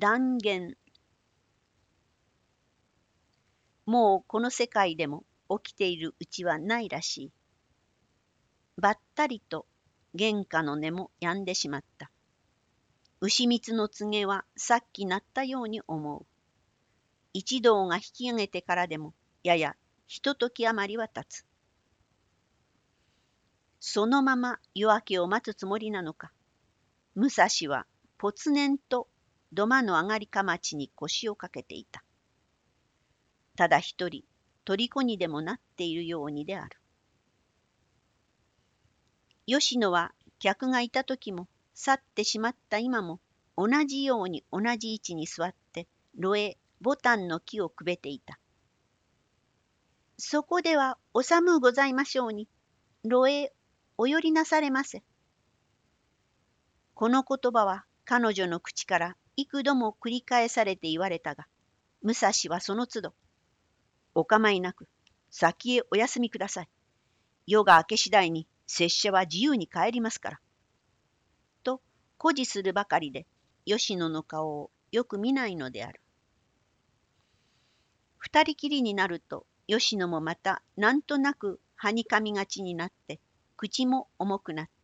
断言。もうこの世界でも起きているうちはないらしい。ばったりと原価の音も止んでしまった。牛蜜の告げはさっき鳴ったように思う。一同が引き上げてからでもややひととき余りは経つ。そのまま夜明けを待つつもりなのか。武蔵はぽつねんと土間の上がりかまちに腰をかけていた。ただ一人虜にでもなっているようにである。吉野は客がいた時も去ってしまった今も同じように同じ位置に座って炉へボタンの木をくべていた。そこではお寒うございましょうに、炉へお寄りなされませ。この言葉は彼女の口から幾度も繰り返されて言われたが、武蔵はその都度、お構いなく、先へお休みください。夜が明け次第に拙者は自由に帰りますから。と誇示するばかりで、吉野の顔をよく見ないのである。二人きりになると、吉野もまたなんとなくはにかみがちになって、口も重くなった。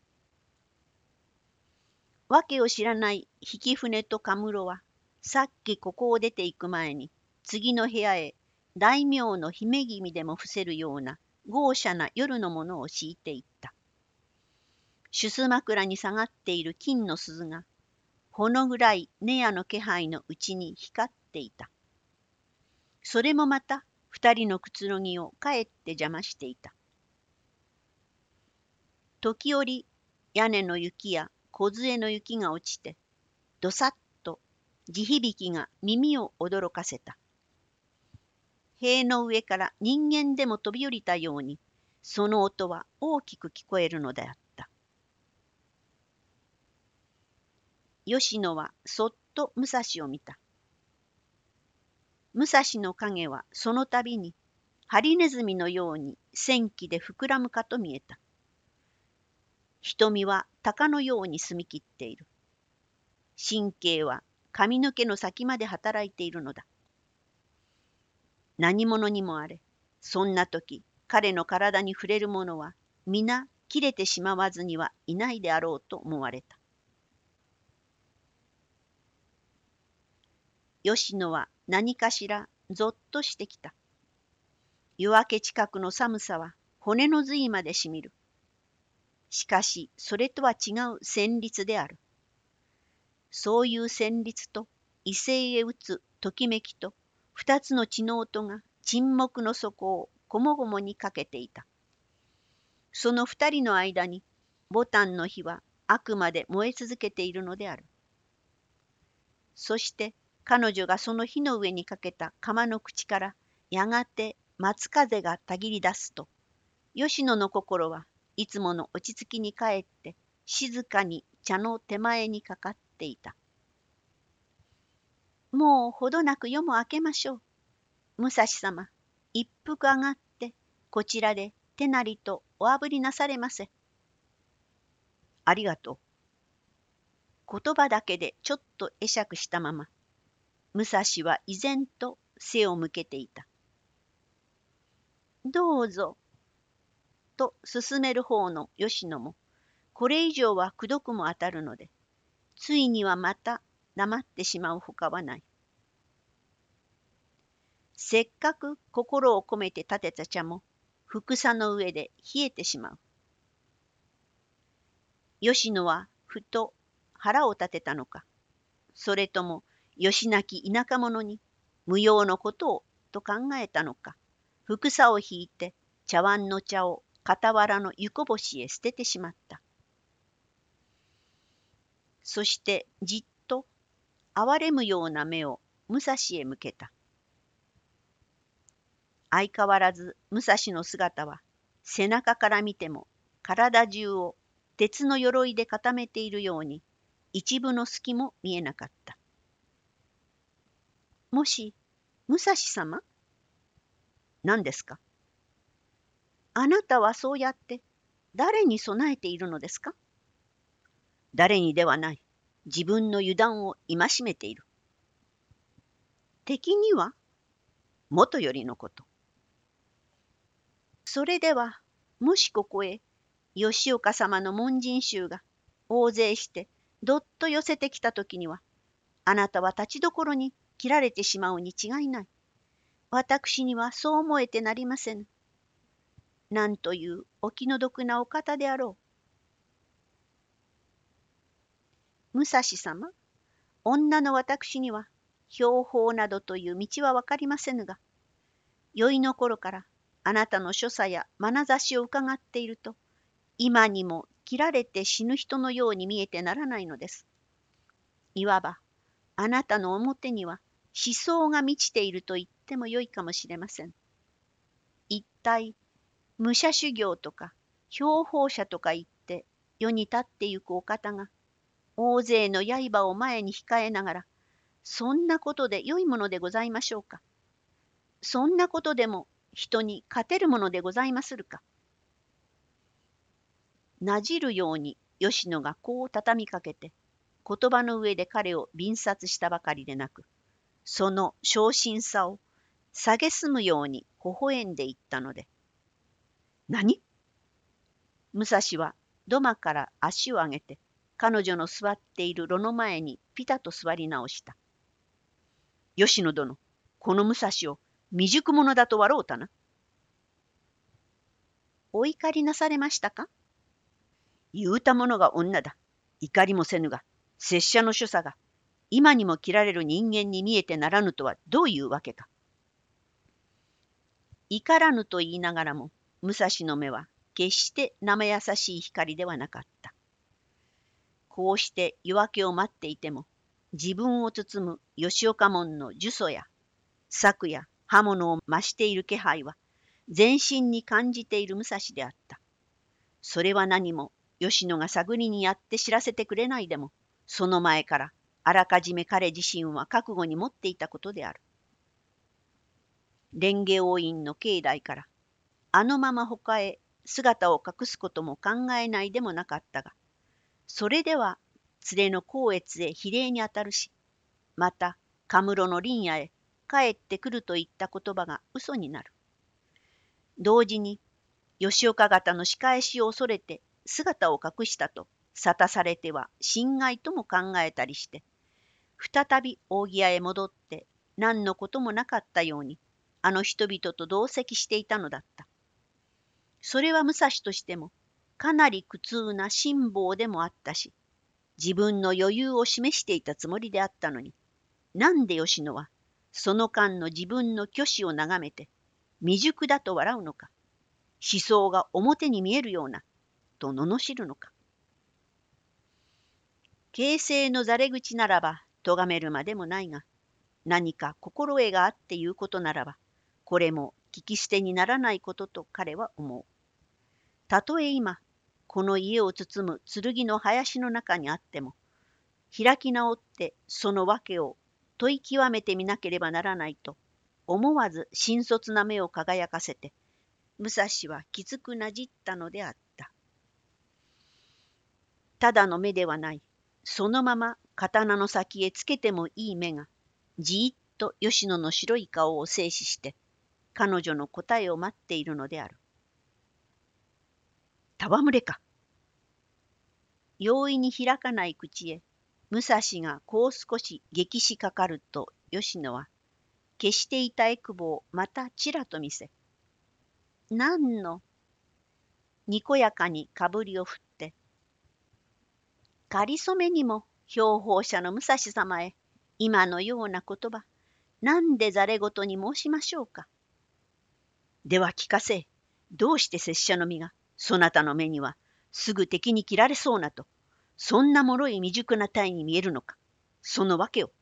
わけを知らない引舟とカムロは、さっきここを出て行く前に、次の部屋へ大名の姫君でも伏せるような豪奢な夜のものを敷いていった。朱雀枕に下がっている金の鈴が、ほの暗い寝屋の気配のうちに光っていた。それもまた二人のくつろぎをかえって邪魔していた。時折屋根の雪や梢の雪が落ちて、どさっと地響きが耳を驚かせた。塀の上から人間でも飛び降りたように、その音は大きく聞こえるのであった。吉野はそっと武蔵を見た。武蔵の影はその度にハリネズミのように戦気で膨らむかと見えた。瞳は鷹のように澄み切っている。神経は髪の毛の先まで働いているのだ。何者にもあれ、そんな時彼の体に触れるものは皆切れてしまわずにはいないであろうと思われた。吉野は何かしらぞっとしてきた。夜明け近くの寒さは骨の髄までしみる。しかしそれとは違う旋律である。そういう旋律と異性へ打つときめきと二つの血の音が沈黙の底をこもごもにかけていた。その二人の間にボタンの火はあくまで燃え続けているのである。そして彼女がその火の上にかけた釜の口からやがて松風がたぎり出すと、吉野の心はいつもの落ち着きに帰って静かに茶の手前にかかっていた。もうほどなく夜も明けましょう。武蔵様、一服上がってこちらで手なりとおあぶりなされませ。ありがとう。言葉だけでちょっと会釈したまま、武蔵は依然と背を向けていた。どうぞ。と進める方の吉野も、これ以上はくどくも当たるので、ついにはまた黙ってしまうほかはない。せっかく心を込めて立てた茶も、ふくさの上で冷えてしまう。吉野はふと腹を立てたのか、それとも吉なき田舎者に無用のことをと考えたのか、ふくさを引いて茶碗の茶を傍らの湯こぼしへ捨ててしまった。そしてじっと哀れむような目を武蔵へ向けた。相変わらず武蔵の姿は背中から見ても体中を鉄の鎧で固めているように一分の隙も見えなかった。もし武蔵様？何ですか？あなたはそうやって誰に備えているのですか？誰にではない。自分の油断を戒めている。敵にはもとよりのこと。それでは、もしここへ吉岡様の門人衆が大勢してどっと寄せてきたときには、あなたは立ちどころに切られてしまうに違いない。私にはそう思えてなりませぬ。なんというお気の毒なお方であろう。武蔵様、女の私には標法などという道はわかりませぬが、宵の頃からあなたの所作や眼差しを伺っていると、今にも切られて死ぬ人のように見えてならないのです。いわば、あなたの表には思想が満ちていると言ってもよいかもしれません。一体、武者修行とか標法者とか言って世に立ってゆくお方が、大勢の刃を前に控えながら、そんなことで良いものでございましょうか。そんなことでも人に勝てるものでございまするか。なじるように吉野がこう畳みかけて、言葉の上で彼を便察したばかりでなく、その小心さを蔑むように微笑んでいったので、何？武蔵は土間から足を上げて、彼女の座っている炉の前にピタと座り直した。吉野殿、この武蔵を未熟者だと笑うたな。お怒りなされましたか？言うたものが女だ。怒りもせぬが、拙者の所作が今にも切られる人間に見えてならぬとはどういうわけか。怒らぬと言いながらも、武蔵の目は決して生優しい光ではなかった。こうして夜明けを待っていても、自分を包む吉岡門の呪詛や策や刃物を増している気配は全身に感じている武蔵であった。それは何も吉野が探りにやって知らせてくれないでも、その前からあらかじめ彼自身は覚悟に持っていたことである。蓮華王院の境内からあのまま他へ姿を隠すことも考えないでもなかったが、それでは連れの光悦へ比例にあたるし、またカムロの林野へ帰ってくるといった言葉が嘘になる。同時に吉岡方の仕返しを恐れて姿を隠したと諭されては心外とも考えたりして、再び扇屋へ戻って何のこともなかったようにあの人々と同席していたのだった。それは武蔵としてもかなり苦痛な辛抱でもあったし、自分の余裕を示していたつもりであったのに、なんで吉野はその間の自分の虚子を眺めて未熟だと笑うのか、思想が表に見えるようなと罵るのか。形勢のざれ口ならば咎めるまでもないが、何か心得があっていうことならば、これも聞き捨てにならないことと彼は思う。たとえ今、この家を包む剣の林の中にあっても、開き直ってその訳を問い極めてみなければならないと、思わず新卒な目を輝かせて、武蔵はきつくなじったのであった。ただの目ではない、そのまま刀の先へつけてもいい目が、じーっと吉野の白い顔を静視して、彼女の答えを待っているのである。戯れか。容易に開かない口へ、武蔵がこう少し激しかかると、吉野は、消していたえくぼをまたちらと見せ、何の、にこやかにかぶりを振って、かりそめにも標法者の武蔵様へ、今のような言葉、なんでざれ言に申しましょうか。では聞かせ、どうして拙者の身が、そなたの目には、すぐ敵に切られそうなと、そんな脆い未熟な体に見えるのか。その訳を。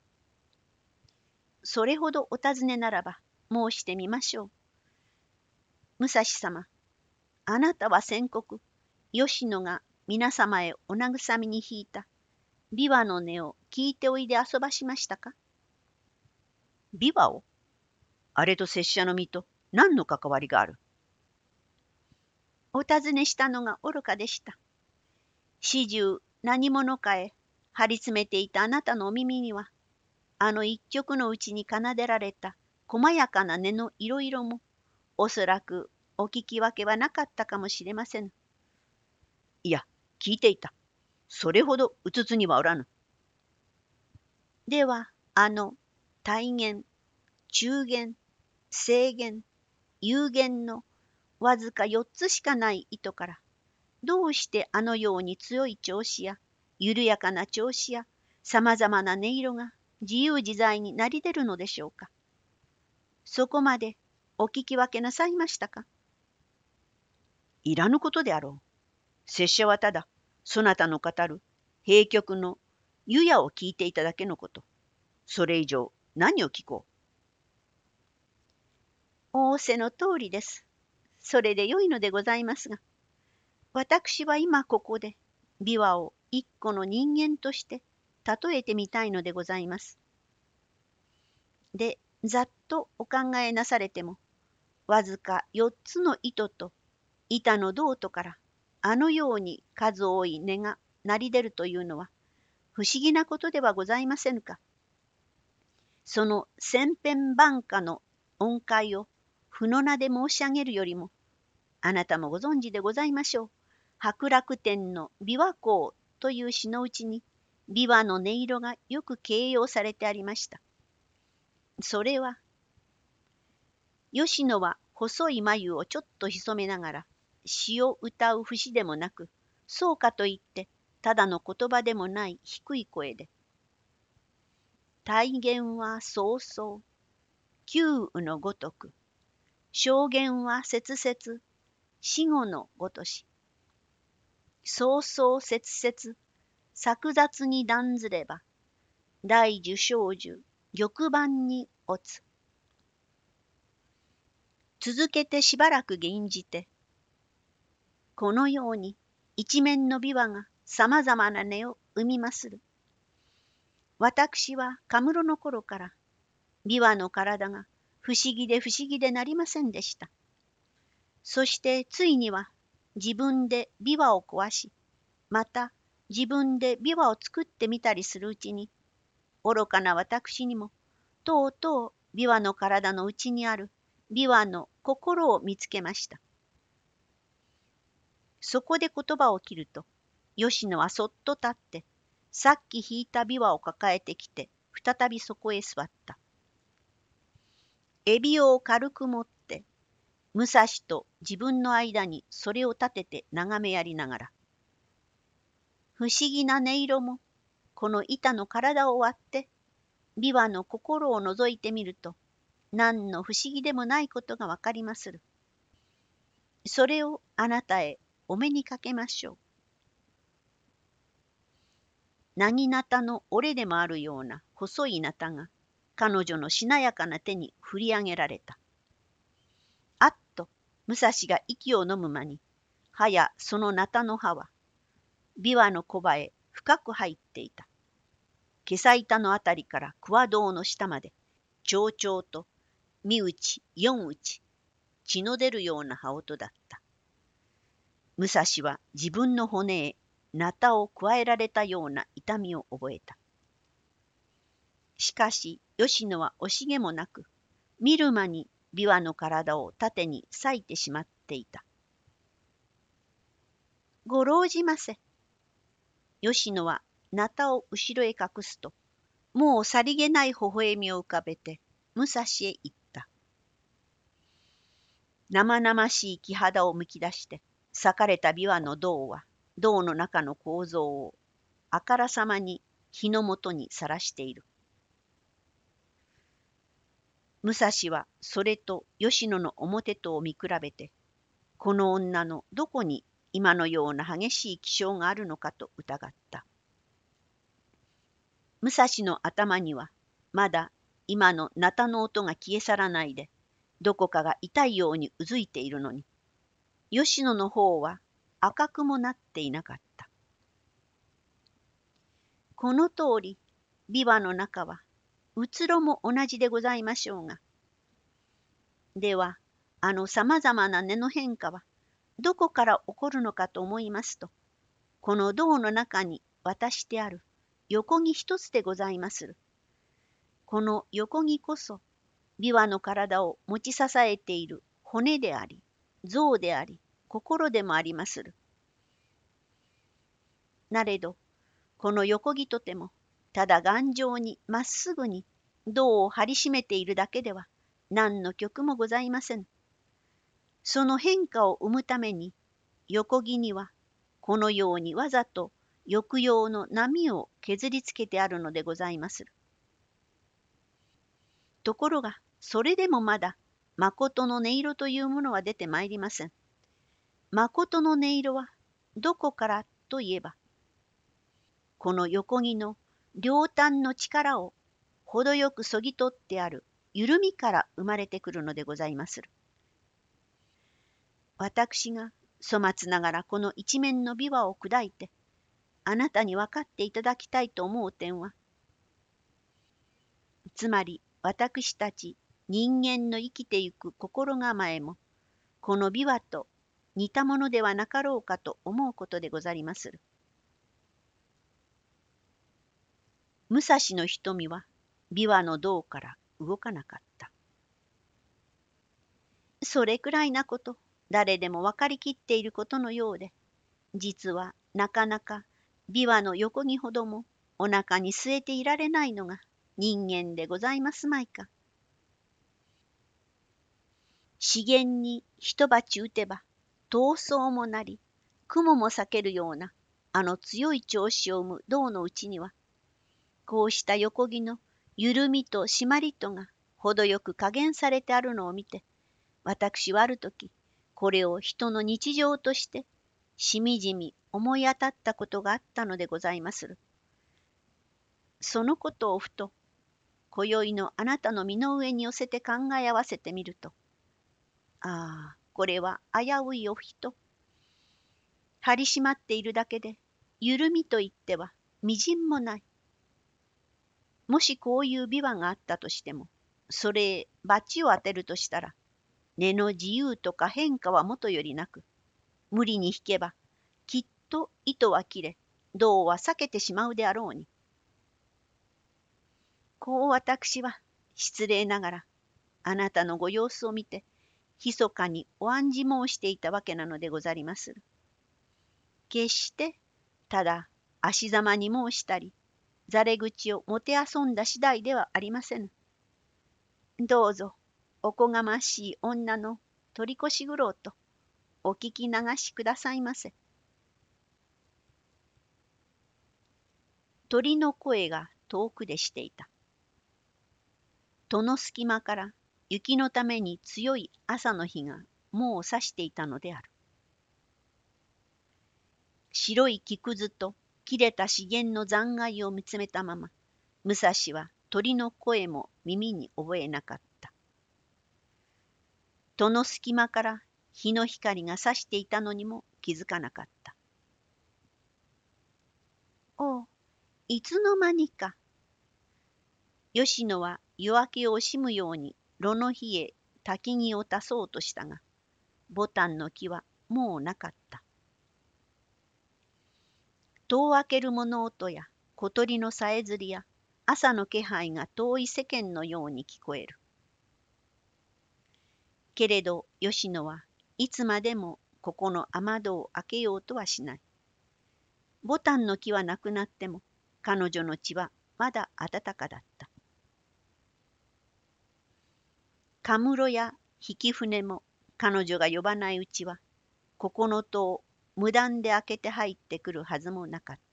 それほどお尋ねならば、申してみましょう。武蔵様、あなたは先刻、吉野が皆様へお慰みに引いた琵琶の音を聞いておいで遊ばしましたか。琵琶を？あれと拙者の身と何の関わりがある。お尋ねしたのが愚かでした。始終何者かへ張り詰めていたあなたのお耳には、あの一曲のうちに奏でられた細やかな音のいろいろも、おそらくお聞き分けはなかったかもしれませぬ。いや、聞いていた。それほどうつつにはおらぬ。では、あの大弦、中弦、正弦、有弦のわずか4つしかない糸から、どうしてあのように強い調子や、緩やかな調子や、さまざまな音色が自由自在に鳴り出るのでしょうか。そこまでお聞き分けなさいましたか。いらぬことであろう。拙者はただ、そなたの語る閉曲の湯やを聞いていただけのこと。それ以上何を聞こう。仰せの通りです。それでよいのでございますが、私は今ここで琵琶を一個の人間として例えてみたいのでございます。で、ざっとお考えなされても、わずか4つの糸と板の胴とからあのように数多い音が鳴り出るというのは不思議なことではございませぬか。その千変万化の音階を譜の名で申し上げるよりも、あなたもご存知でございましょう。伯楽天の琵琶行という詩のうちに、琵琶の音色がよく形容されてありました。それは、吉野は細い眉をちょっと潜めながら、詩を歌う節でもなく、そうかといって、ただの言葉でもない低い声で、大言はそうそう、九雨のごとく、証言は切々、死後のごとし、そうそう切々、錯雑に断ずれば、大樹小樹、玉盤に落つ。続けてしばらく吟じて、このように一面の琵琶がさまざまな音を生みまする。私はカムロの頃から琵琶の体が不思議で不思議でなりませんでした。そしてついには自分で琵琶を壊し、また自分で琵琶を作ってみたりするうちに、愚かな私にもとうとう琵琶の体の内にある琵琶の心を見つけました。そこで言葉を切ると、吉野はそっと立って、さっき弾いた琵琶を抱えてきて、再びそこへ座った。エビを軽く持って、武蔵と自分の間にそれを立てて眺めやりながら、不思議な音色も、この板の体を割って、琵琶の心を覗いてみると、何の不思議でもないことがわかりまする。それをあなたへお目にかけましょう。なぎなたの折れでもあるような細いなたが彼女のしなやかな手に振り上げられた。あっと武蔵が息を飲む間に、はやそのなたの葉は琵琶の小刃へ深く入っていた。けさ板のあたりから桑胴の下まで、ちょうちょうと三打ち四打ち、血の出るような羽音だった。武蔵は自分の骨へなたを加えられたような痛みを覚えた。しかし吉野は惜しげもなく、見る間に琵琶の体を縦に裂いてしまっていた。ごろうじませ。吉野はなたを後ろへ隠すと、もうさりげない微笑みを浮かべて武蔵へ言った。生々しい木肌をむき出して、裂かれた琵琶の胴は、胴の中の構造をあからさまに火の元にさらしている。武蔵はそれと吉野の表とを見比べて、この女のどこに今のような激しい気性があるのかと疑った。武蔵の頭にはまだ今のなたの音が消え去らないで、どこかが痛いようにうずいているのに、吉野の方は赤くもなっていなかった。この通り、琵琶の中はうつろも同じでございましょうが、では、あのさまざまな音の変化はどこから起こるのかと思いますと、この胴の中に渡してある横木一つでございまする。この横木こそ、琵琶の体を持ち支えている骨であり、臓であり、心でもありまする。なれど、この横木とても、ただ頑丈にまっすぐに胴を張り締めているだけでは、何の曲もございません。その変化を生むために、横木には、このようにわざと抑揚の波を削りつけてあるのでございまする。ところが、それでもまだ、まことの音色というものは出てまいりません。まことの音色は、どこからといえば、この横木の両端の力を程よくそぎ取ってある緩みから生まれてくるのでございまする。私が粗末ながらこの一面の琵琶を砕いて、あなたに分かっていただきたいと思う点は、つまり私たち人間の生きてゆく心構えも、この琵琶と似たものではなかろうかと思うことでござりまする。武蔵の瞳は琵琶の胴から動かなかった。それくらいなこと、誰でも分かりきっていることのようで、実はなかなか琵琶の横木ほどもお腹に据えていられないのが人間でございますまいか。資源に一鉢打てば、闘争もなり、雲も避けるような、あの強い調子を生む胴のうちには、こうした横木の緩みと締まりとが程よく加減されてあるのを見て、私はあるとき、これを人の日常として、しみじみ思い当たったことがあったのでございまする。そのことをふと、今宵のあなたの身の上に寄せて考え合わせてみると、ああ、これは危ういお人。張り締まっているだけで、緩みといってはみじんもない。もしこういう琵琶があったとしても、それへ罰を当てるとしたら、根の自由とか変化はもとよりなく、無理に弾けば、きっと糸は切れ、胴は裂けてしまうであろうに。こう私は、失礼ながら、あなたのご様子を見て、密かにお案じ申していたわけなのでござりまする。決して、ただ足ざまに申したり、ざれ口をもてあそんだ次第ではありませぬ。どうぞ、おこがましい女の取り越し苦労と、お聞き流しくださいませ。鳥の声が遠くでしていた。戸の隙間から雪のために強い朝の日がもう差していたのである。白い木くずと切れた茂原の残骸を見つめたまま、武蔵は鳥の声も耳に覚えなかった。戸の隙間から日の光が差していたのにも気づかなかった。おう、いつの間にか。吉野は夜明けを惜しむように炉の火へ焚き木を足そうとしたが、ボタンの木はもうなかった。戸を開ける物音や小鳥のさえずりや朝の気配が遠い世間のように聞こえる。けれど吉野はいつまでもここの雨戸を開けようとはしない。ボタンの木はなくなっても彼女の血はまだ温かだった。カムロや引き船も彼女が呼ばないうちはここの戸を無断で開けて入ってくるはずもなかった。